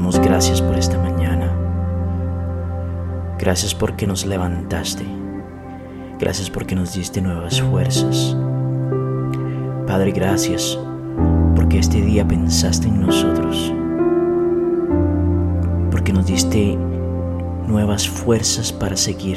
damos gracias por esta mañana. Gracias porque nos levantaste. Gracias porque nos diste nuevas fuerzas. Padre, gracias porque este día pensaste en nosotros. Porque nos diste nuevas fuerzas para seguir.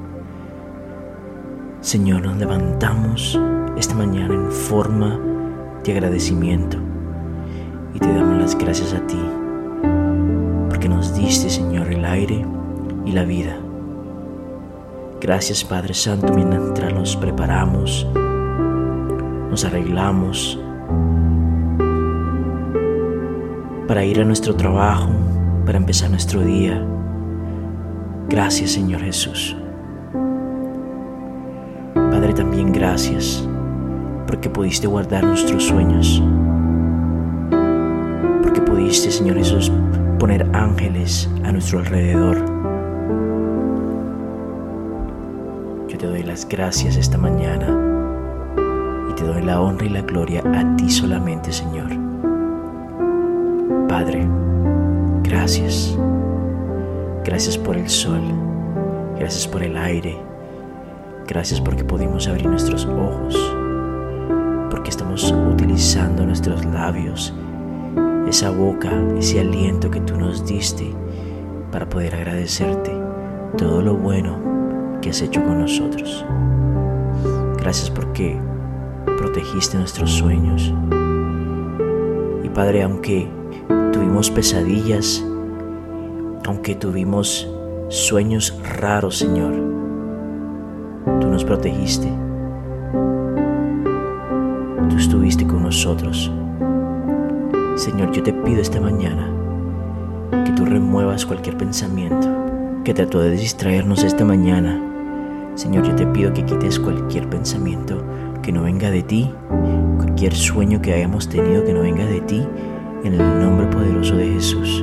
Señor, nos levantamos esta mañana en forma de agradecimiento y te damos las gracias a ti porque nos diste, Señor, el aire y la vida. Gracias, Padre Santo, mientras nos preparamos, nos arreglamos para ir a nuestro trabajo, para empezar nuestro día. Gracias, Señor Jesús. Padre, también gracias porque pudiste guardar nuestros sueños, porque pudiste, Señor Jesús, poner ángeles a nuestro alrededor. Yo te doy las gracias esta mañana y te doy la honra y la gloria a ti solamente, Señor. Padre, gracias. Gracias por el sol, gracias por el aire, gracias porque pudimos abrir nuestros ojos, porque estamos utilizando nuestros labios, esa boca, ese aliento que tú nos diste para poder agradecerte todo lo bueno que has hecho con nosotros. Gracias porque protegiste nuestros sueños. Y Padre, aunque tuvimos pesadillas, aunque tuvimos sueños raros, Señor, tú nos protegiste. Tú estuviste con nosotros. Señor, yo te pido esta mañana que tú remuevas cualquier pensamiento que trató de distraernos esta mañana. Señor, yo te pido que quites cualquier pensamiento que no venga de ti, cualquier sueño que hayamos tenido que no venga de ti, en el nombre poderoso de Jesús.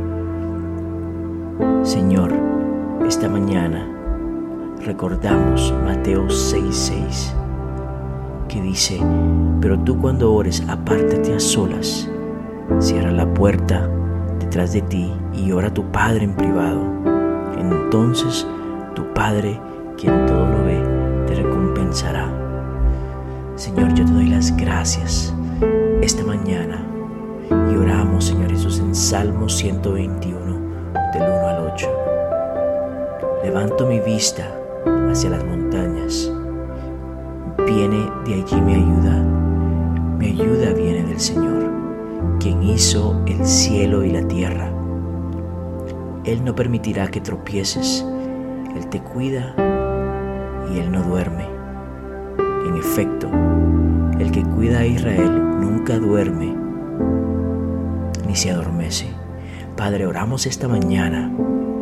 Señor, esta mañana recordamos Mateo 6:6, que dice: pero tú cuando ores, apártate a solas, cierra la puerta detrás de ti y ora a tu Padre en privado. Entonces tu Padre, quien todo lo ve, te recompensará. Señor, yo te doy las gracias esta mañana y oramos, Señor Jesús, en Salmo 121, del 1 al 8. Levanto mi vista hacia las montañas. Viene de allí mi ayuda. Mi ayuda viene del Señor, quien hizo el cielo y la tierra. Él no permitirá que tropieces. Él te cuida y Él no duerme. En efecto, el que cuida a Israel nunca duerme ni se adormece. Padre, oramos esta mañana.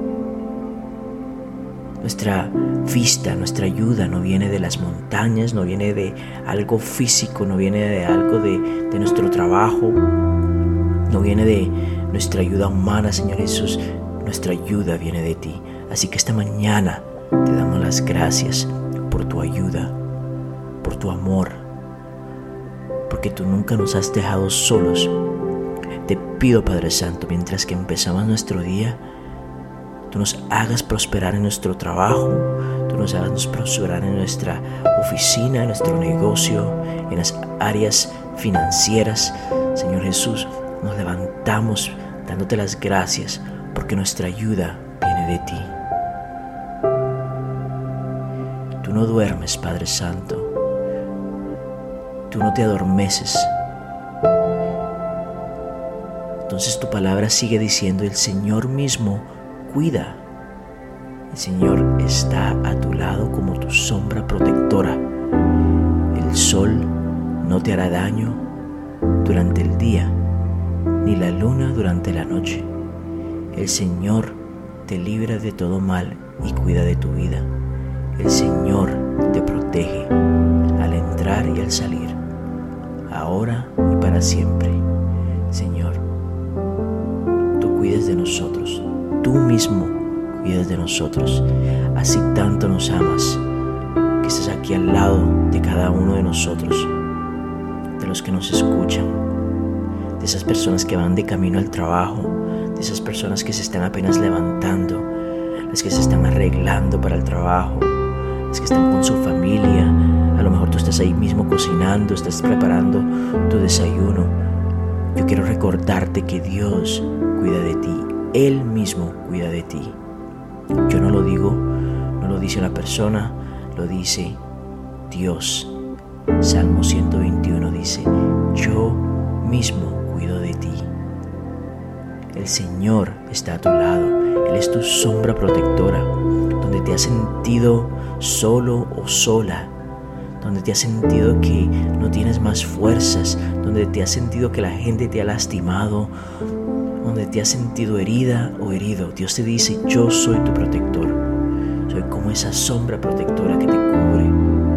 Nuestra vista, nuestra ayuda no viene de las montañas, no viene de algo físico, no viene de algo de nuestro trabajo, no viene de nuestra ayuda humana, Señor Jesús. Nuestra ayuda viene de ti. Así que esta mañana te damos las gracias por tu ayuda, por tu amor, porque tú nunca nos has dejado solos. Te pido, Padre Santo, mientras que empezamos nuestro día, tú nos hagas prosperar en nuestro trabajo, tú nos hagas prosperar en nuestra oficina, en nuestro negocio, en las áreas financieras. Señor Jesús, nos levantamos dándote las gracias porque nuestra ayuda viene de ti. Tú no duermes, Padre Santo. Tú no te adormeces. Entonces tu palabra sigue diciendo: el Señor mismo cuida. El Señor está a tu lado como tu sombra protectora. El sol no te hará daño durante el día, ni la luna durante la noche. El Señor te libra de todo mal y cuida de tu vida. El Señor te protege al entrar y al salir, ahora y para siempre. Señor, tú cuidas de nosotros. Tú mismo cuidas de nosotros. Así tanto nos amas, que estás aquí al lado de cada uno de nosotros, de los que nos escuchan, de esas personas que van de camino al trabajo, de de esas personas que se están apenas levantando, las que se están arreglando para el trabajo, las que están con su familia. A lo mejor tú estás ahí mismo cocinando, estás preparando tu desayuno. Yo quiero recordarte que Dios cuida de ti, Él mismo cuida de ti. Yo no lo digo, no lo dice una persona, lo dice Dios. Salmo 121 dice: yo mismo cuido de ti. El Señor está a tu lado, Él es tu sombra protectora. Donde te has sentido solo o sola, donde te has sentido que no tienes más fuerzas, donde te has sentido que la gente te ha lastimado, donde te has sentido herida o herido, Dios te dice: yo soy tu protector. Soy como esa sombra protectora que te cubre.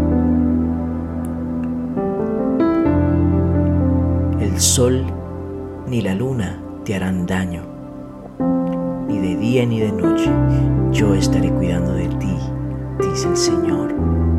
El sol ni la luna te harán daño, ni de día ni de noche. Yo estaré cuidando de ti, dice el Señor.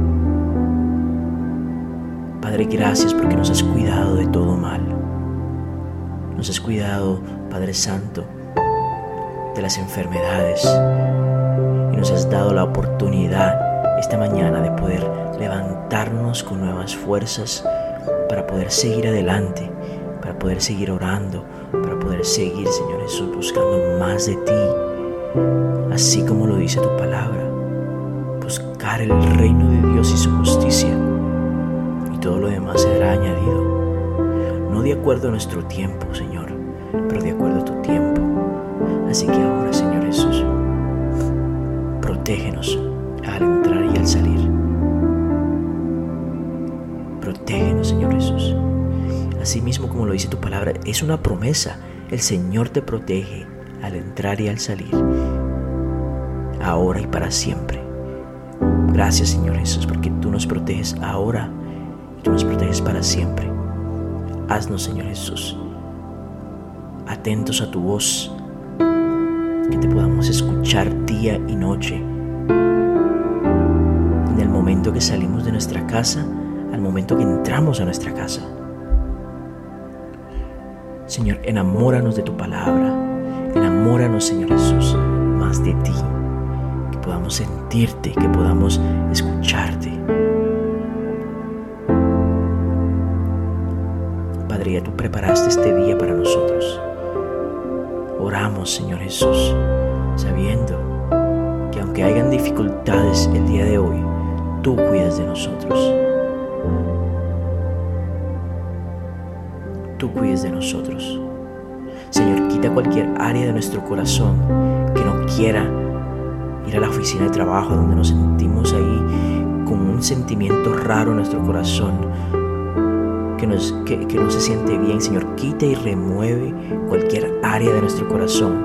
Padre, gracias porque nos has cuidado de todo mal. Nos has cuidado, Padre Santo, de las enfermedades, y nos has dado la oportunidad esta mañana de poder levantarnos con nuevas fuerzas para poder seguir adelante, para poder seguir orando, para poder seguir, Señor Jesús, buscando más de ti, así como lo dice tu palabra. Buscar el reino de Dios y su justicia, y todo lo demás será añadido. No de acuerdo a nuestro tiempo, Señor, pero de acuerdo a tu tiempo. Así que ahora, Señor Jesús, protégenos al entrar y al salir. Protégenos, Señor Jesús. Así mismo como lo dice tu palabra, es una promesa. El Señor te protege al entrar y al salir, ahora y para siempre. Gracias, Señor Jesús, porque tú nos proteges ahora y tú nos proteges para siempre. Haznos, Señor Jesús, atentos a tu voz, que te podamos escuchar día y noche, en el momento que salimos de nuestra casa, al momento que entramos a nuestra casa. Señor, enamóranos de tu palabra, enamóranos, Señor Jesús, más de ti, que podamos sentirte, que podamos escucharte. Padre, ya tú preparaste este día para nosotros. Oramos, Señor Jesús, sabiendo que aunque hayan dificultades el día de hoy, tú cuidas de nosotros. Tú cuides de nosotros. Señor, quita cualquier área de nuestro corazón que no quiera ir a la oficina de trabajo, donde nos sentimos ahí con un sentimiento raro en nuestro corazón, que no se siente bien. Señor, quita y remueve cualquier área de nuestro corazón.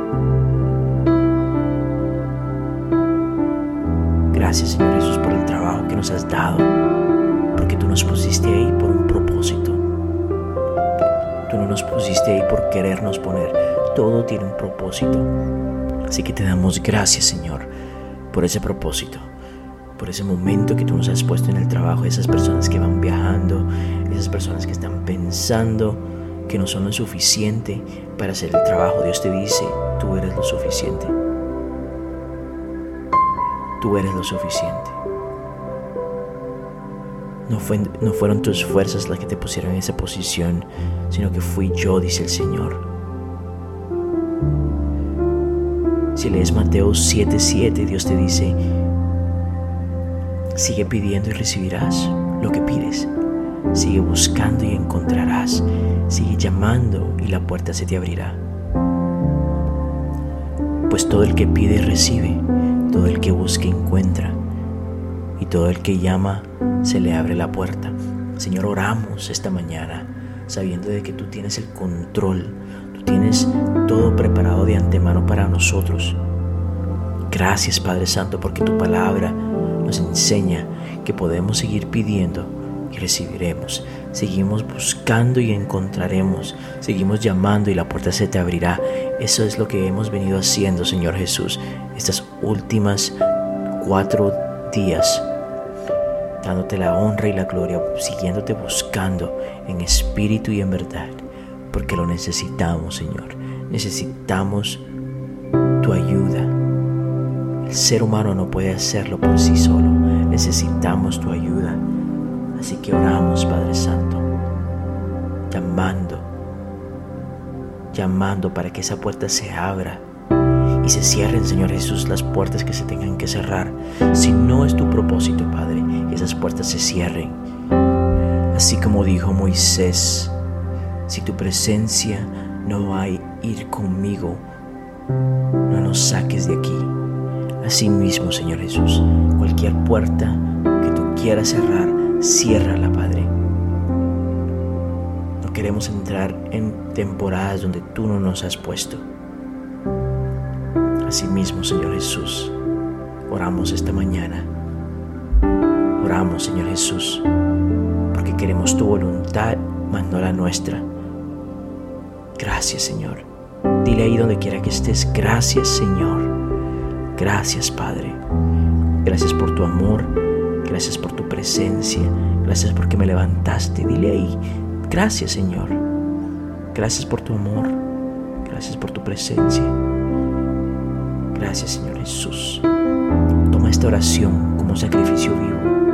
Gracias, Señor Jesús, por el trabajo que nos has dado, porque tú nos pusiste ahí por un propósito. Tú no nos pusiste ahí por querernos poner. Todo tiene un propósito. Así que te damos gracias, Señor, por ese propósito, por ese momento que tú nos has puesto en el trabajo. Esas personas que van viajando, esas personas que están pensando que no son lo suficiente para hacer el trabajo. Dios te dice: tú eres lo suficiente. Tú eres lo suficiente. No fueron tus fuerzas las que te pusieron en esa posición, sino que fui yo, dice el Señor. Si lees Mateo 7:7, Dios te dice: sigue pidiendo y recibirás lo que pides. Sigue buscando y encontrarás. Sigue llamando y la puerta se te abrirá. Pues todo el que pide recibe, todo el que busca encuentra, y todo el que llama se le abre la puerta. Señor, oramos esta mañana sabiendo de que tú tienes el control, tú tienes todo preparado de antemano para nosotros. Gracias, Padre Santo, porque tu palabra nos enseña que podemos seguir pidiendo y recibiremos. Seguimos buscando y encontraremos. Seguimos llamando y la puerta se te abrirá. Eso es lo que hemos venido haciendo, Señor Jesús, estas últimas 4 días, dándote la honra y la gloria, siguiéndote buscando en espíritu y en verdad, porque lo necesitamos, Señor. Necesitamos tu ayuda. El ser humano no puede hacerlo por sí solo. Necesitamos tu ayuda. Así que oramos, Padre Santo, llamando para que esa puerta se abra y se cierren, Señor Jesús, las puertas que se tengan que cerrar. Si no es tu propósito, Padre, que esas puertas se cierren. Así como dijo Moisés, si tu presencia no va a ir conmigo, no nos saques de aquí. Así mismo, Señor Jesús, cualquier puerta que tú quieras cerrar, ciérrala, Padre. No queremos entrar en temporadas donde tú no nos has puesto. Así mismo, Señor Jesús, oramos esta mañana. Oramos, Señor Jesús, porque queremos tu voluntad, más no la nuestra. Gracias, Señor. Dile ahí donde quiera que estés, gracias, Señor. Gracias, Padre. Gracias por tu amor. Gracias por tu presencia. Gracias porque me levantaste. Dile ahí, gracias, Señor. Gracias por tu amor. Gracias por tu presencia. Gracias, Señor Jesús. Toma esta oración como sacrificio vivo.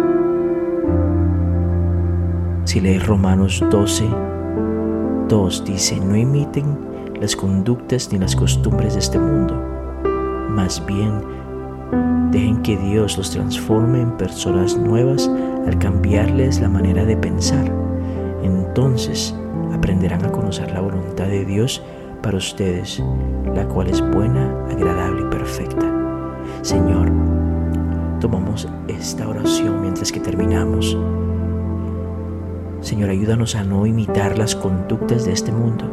Si lees Romanos 12:2, dice: no imiten las conductas ni las costumbres de este mundo. Más bien, dejen que Dios los transforme en personas nuevas al cambiarles la manera de pensar. Entonces aprenderán a conocer la voluntad de Dios para ustedes, la cual es buena, agradable y perfecta. Señor, tomamos esta oración mientras que terminamos. Señor, ayúdanos a no imitar las conductas de este mundo.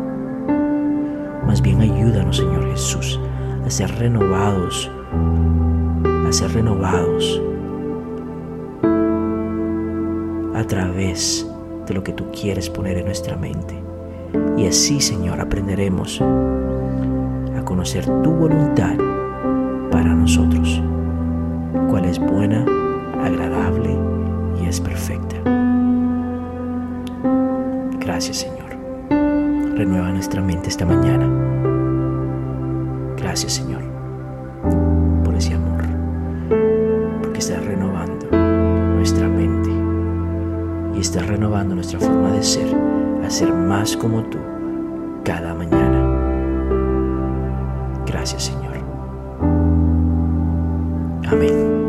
Más bien ayúdanos, Señor Jesús, a ser renovados, a través de lo que tú quieres poner en nuestra mente. Y así, Señor, aprenderemos a conocer tu voluntad para nosotros, cuál es buena, agradable y es perfecta. Gracias, Señor. Renueva nuestra mente esta mañana. Gracias, Señor, por ese amor, porque estás renovando nuestra mente y estás renovando nuestra forma de ser, a ser más como tú cada mañana. Gracias, Señor. Amén.